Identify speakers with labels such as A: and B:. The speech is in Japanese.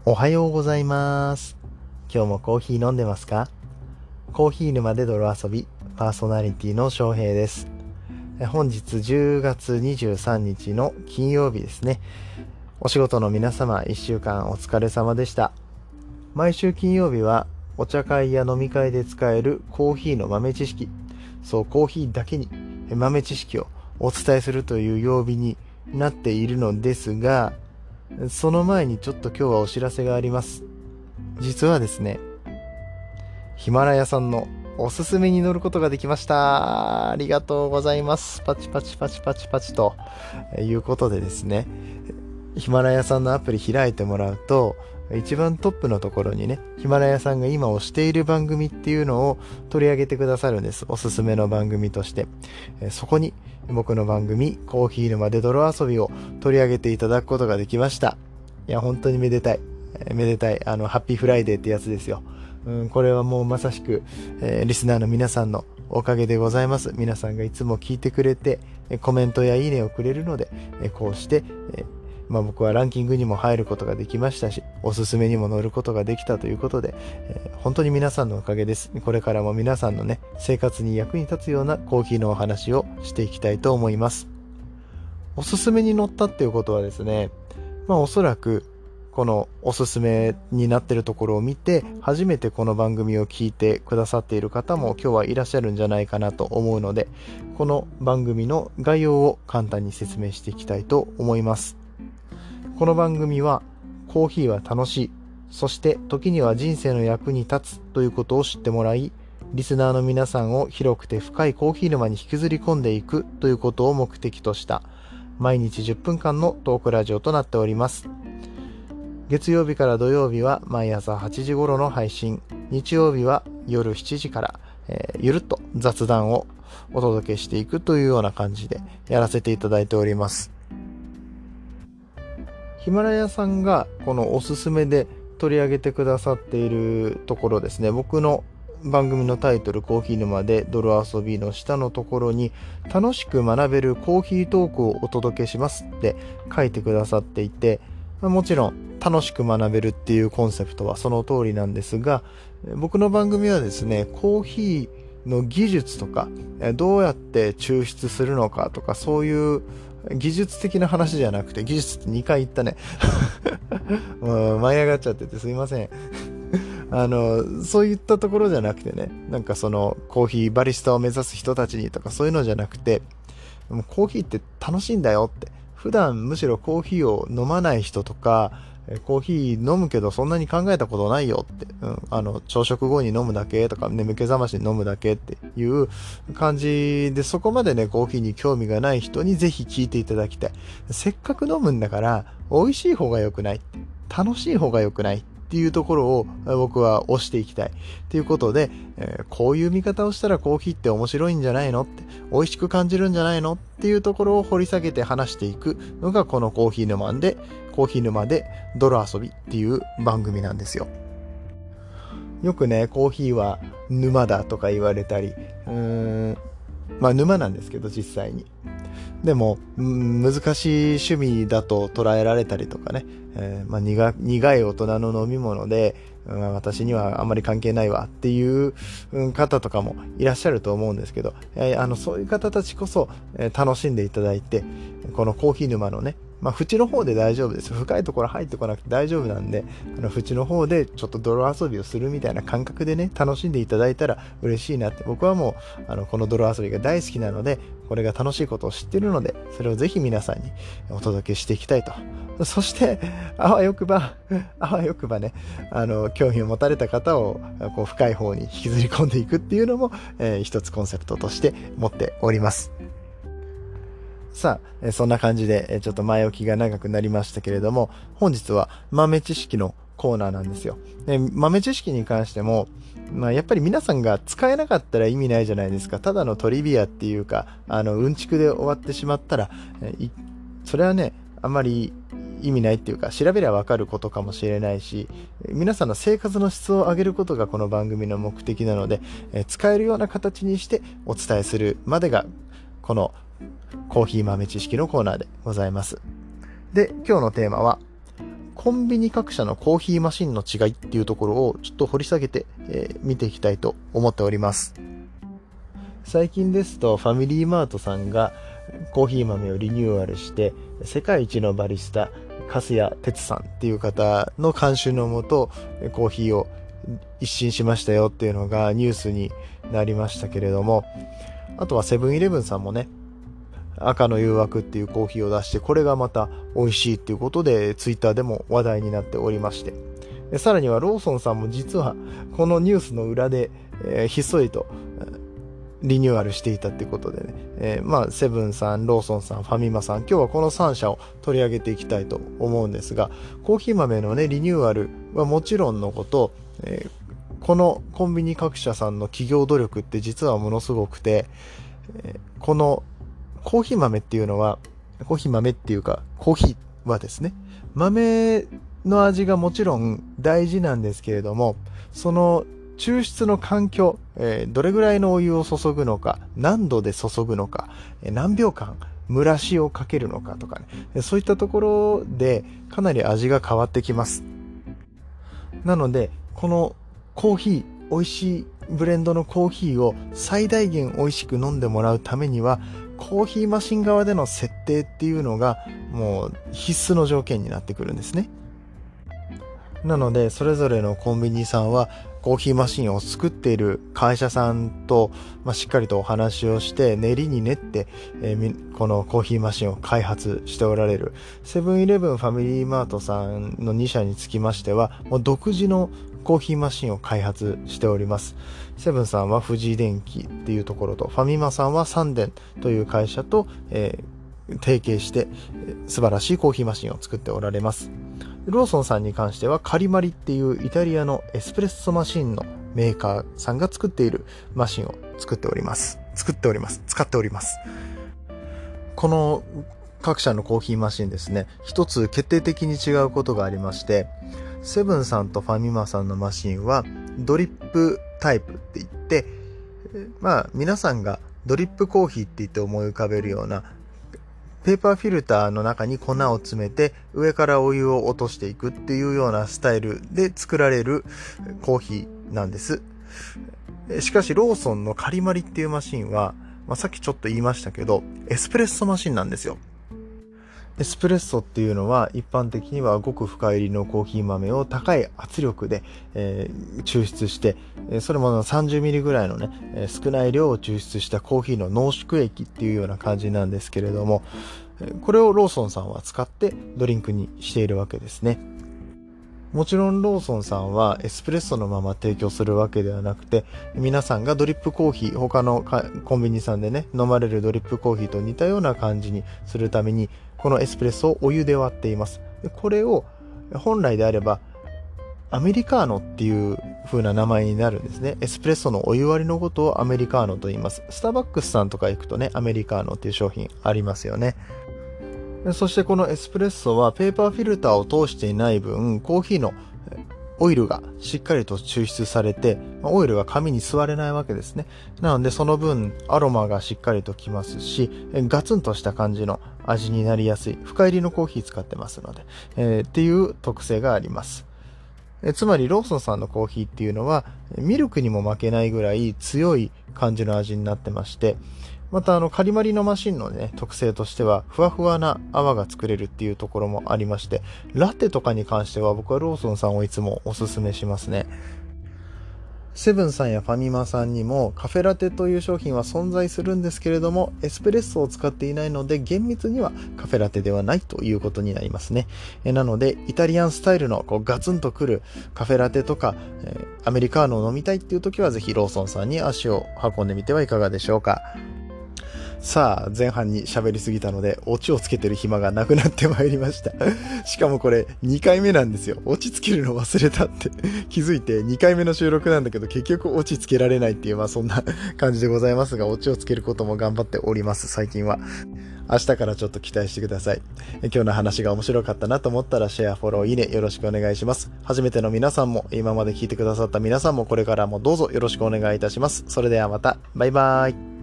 A: おはようございます。今日もコーヒー飲んでますか？コーヒー沼で泥遊び、パーソナリティの翔平です。本日10月23日の金曜日ですね。お仕事の皆様、1週間お疲れ様でした。毎週金曜日はお茶会や飲み会で使えるコーヒーの豆知識、そうコーヒーだけに豆知識をお伝えするという曜日になっているのですが、その前にちょっと今日はお知らせがあります。実はですね、ヒマラヤさんのおすすめに乗ることができました。ありがとうございます。パチパチパチパチパチということでですね、ヒマラヤさんのアプリ開いてもらうと、一番トップのところにね、ヒマラヤさんが今推している番組っていうのを取り上げてくださるんです。おすすめの番組として。そこに僕の番組、コーヒー沼で泥遊びを取り上げていただくことができました。いや、本当にめでたい。めでたい。ハッピーフライデーってやつですよ。これはもうまさしく、リスナーの皆さんのおかげでございます。皆さんがいつも聞いてくれて、コメントやいいねをくれるので、こうして、僕はランキングにも入ることができましたし、おすすめにも乗ることができたということで、本当に皆さんのおかげです。これからも皆さんのね、生活に役に立つようなコーヒーのお話をしていきたいと思います。おすすめに乗ったっていうことはですね、おそらくこのおすすめになっているところを見て初めてこの番組を聞いてくださっている方も今日はいらっしゃるんじゃないかなと思うので、この番組の概要を簡単に説明していきたいと思います。この番組はコーヒーは楽しい、そして時には人生の役に立つということを知ってもらい、リスナーの皆さんを広くて深いコーヒー沼に引きずり込んでいくということを目的とした毎日10分間のトークラジオとなっております。月曜日から土曜日は毎朝8時頃の配信、日曜日は夜7時から、ゆるっと雑談をお届けしていくというような感じでやらせていただいております。ヒマラヤさんがこのおすすめで取り上げてくださっているところですね、僕の番組のタイトルコーヒー沼で泥遊びの下のところに楽しく学べるコーヒートークをお届けしますって書いてくださっていて、もちろん楽しく学べるっていうコンセプトはその通りなんですが、僕の番組はですね、コーヒーの技術とかどうやって抽出するのかとか、そういう技術的な話じゃなくて、技術って2回言ったねもう舞い上がっちゃっててすいませんそういったところじゃなくてね、なんかそのコーヒーバリスタを目指す人たちにとかそういうのじゃなくて、もうコーヒーって楽しいんだよって、普段むしろコーヒーを飲まない人とか、コーヒー飲むけどそんなに考えたことないよって、朝食後に飲むだけとか眠気覚ましに飲むだけっていう感じで、そこまでねコーヒーに興味がない人にぜひ聞いていただきたい。せっかく飲むんだから美味しい方が良くない、楽しい方が良くないっていうところを僕は推していきたいということで、こういう見方をしたらコーヒーって面白いんじゃないのって、美味しく感じるんじゃないのっていうところを掘り下げて話していくのがこのコーヒー沼で泥遊びっていう番組なんですよ。よくねコーヒーは沼だとか言われたり、沼なんですけど実際にでも難しい趣味だと捉えられたりとかね、苦い大人の飲み物で、私にはあんまり関係ないわっていう方とかもいらっしゃると思うんですけど、そういう方たちこそ、楽しんでいただいて、このコーヒー沼のね、縁の方で大丈夫です。深いところ入ってこなくて大丈夫なんで、縁の方でちょっと泥遊びをするみたいな感覚でね、楽しんでいただいたら嬉しいなって。僕はもうこの泥遊びが大好きなので、これが楽しいことを知っているので、それをぜひ皆さんにお届けしていきたいと。そしてあわよくばね、興味を持たれた方をこう深い方に引きずり込んでいくっていうのも、一つコンセプトとして持っております。さあ、そんな感じでちょっと前置きが長くなりましたけれども、本日は豆知識のコーナーなんですよ。で、豆知識に関しても、やっぱり皆さんが使えなかったら意味ないじゃないですか。ただのトリビアっていうか、うんちくで終わってしまったら、それはね、あんまり意味ないっていうか、調べりゃわかることかもしれないし、皆さんの生活の質を上げることがこの番組の目的なので、使えるような形にしてお伝えするまでが、このコーヒー豆知識のコーナーでございます。で、今日のテーマは、ココンビニ各社のコーヒーマシンの違いっていうところをちょっと掘り下げて、見ていきたいと思っております。最近ですとファミリーマートさんがコーヒー豆をリニューアルして世界一のバリスタ粕谷哲さんっていう方の監修のもとコーヒーを一新しましたよっていうのがニュースになりましたけれども、あとはセブンイレブンさんもね、赤の誘惑っていうコーヒーを出して、これがまた美味しいっていうことでツイッターでも話題になっておりまして、さらにはローソンさんも実はこのニュースの裏で、ひっそりとリニューアルしていたってことでね、セブンさん、ローソンさん、ファミマさん、今日はこの3社を取り上げていきたいと思うんですが、コーヒー豆のねリニューアルはもちろんのこと、このコンビニ各社さんの企業努力って実はものすごくて、このコーヒー豆っていうのは、コーヒー豆っていうかコーヒーはですね、豆の味がもちろん大事なんですけれども、その抽出の環境、どれぐらいのお湯を注ぐのか、何度で注ぐのか、何秒間蒸らしをかけるのかとかね、そういったところでかなり味が変わってきます。なのでこのコーヒー、美味しいブレンドのコーヒーを最大限美味しく飲んでもらうためには、コーヒーマシン側での設定っていうのがもう必須の条件になってくるんですね。なのでそれぞれのコンビニさんはコーヒーマシンを作っている会社さんと、しっかりとお話をして練りに練って、このコーヒーマシンを開発しておられるセブンイレブンファミリーマートさんの2社につきましては、もう独自のコーヒーマシンを開発しております。セブンさんは富士電機っていうところと、ファミマさんはサンデンという会社と、提携して素晴らしいコーヒーマシンを作っておられます。ローソンさんに関してはカリマリっていうイタリアのエスプレッソマシンのメーカーさんが作っているマシンを使っております。この各社のコーヒーマシンですね、一つ決定的に違うことがありまして、セブンさんとファミマさんのマシンはドリップタイプって言って、皆さんがドリップコーヒーって言って思い浮かべるようなペーパーフィルターの中に粉を詰めて上からお湯を落としていくっていうようなスタイルで作られるコーヒーなんです。しかしローソンのカリマリっていうマシンは、さっきちょっと言いましたけどエスプレッソマシンなんですよ。エスプレッソっていうのは一般的にはごく深入りのコーヒー豆を高い圧力で、抽出して、それも30ミリぐらいのね、少ない量を抽出したコーヒーの濃縮液っていうような感じなんですけれども、これをローソンさんは使ってドリンクにしているわけですね。もちろんローソンさんはエスプレッソのまま提供するわけではなくて、皆さんがドリップコーヒー、他のコンビニさんでね飲まれるドリップコーヒーと似たような感じにするために、このエスプレッソをお湯で割っています。でこれを本来であればアメリカーノっていう風な名前になるんですね。エスプレッソのお湯割りのことをアメリカーノと言います。スターバックスさんとか行くとね、アメリカーノっていう商品ありますよね。そしてこのエスプレッソはペーパーフィルターを通していない分、コーヒーのオイルがしっかりと抽出されて、オイルが紙に吸われないわけですね。なのでその分アロマがしっかりときますし、ガツンとした感じの味になりやすい深入りのコーヒー使ってますので、っていう特性があります。つまりローソンさんのコーヒーっていうのはミルクにも負けないぐらい強い感じの味になってまして、またカリマリのマシンのね特性としてはふわふわな泡が作れるっていうところもありまして、ラテとかに関しては僕はローソンさんをいつもおすすめしますね。セブンさんやファミマさんにもカフェラテという商品は存在するんですけれども、エスプレッソを使っていないので厳密にはカフェラテではないということになりますね。なのでイタリアンスタイルのガツンとくるカフェラテとか、アメリカーノを飲みたいっていう時はぜひローソンさんに足を運んでみてはいかがでしょうか。さあ前半に喋りすぎたのでオチをつけてる暇がなくなってまいりましたしかもこれ2回目なんですよ。オチつけるの忘れたって気づいて2回目の収録なんだけど結局オチつけられないっていう、そんな感じでございますが、オチをつけることも頑張っております。最近は明日からちょっと期待してください。今日の話が面白かったなと思ったらシェア、フォロー、いいねよろしくお願いします。初めての皆さんも今まで聞いてくださった皆さんもこれからもどうぞよろしくお願いいたします。それではまた、バイバーイ。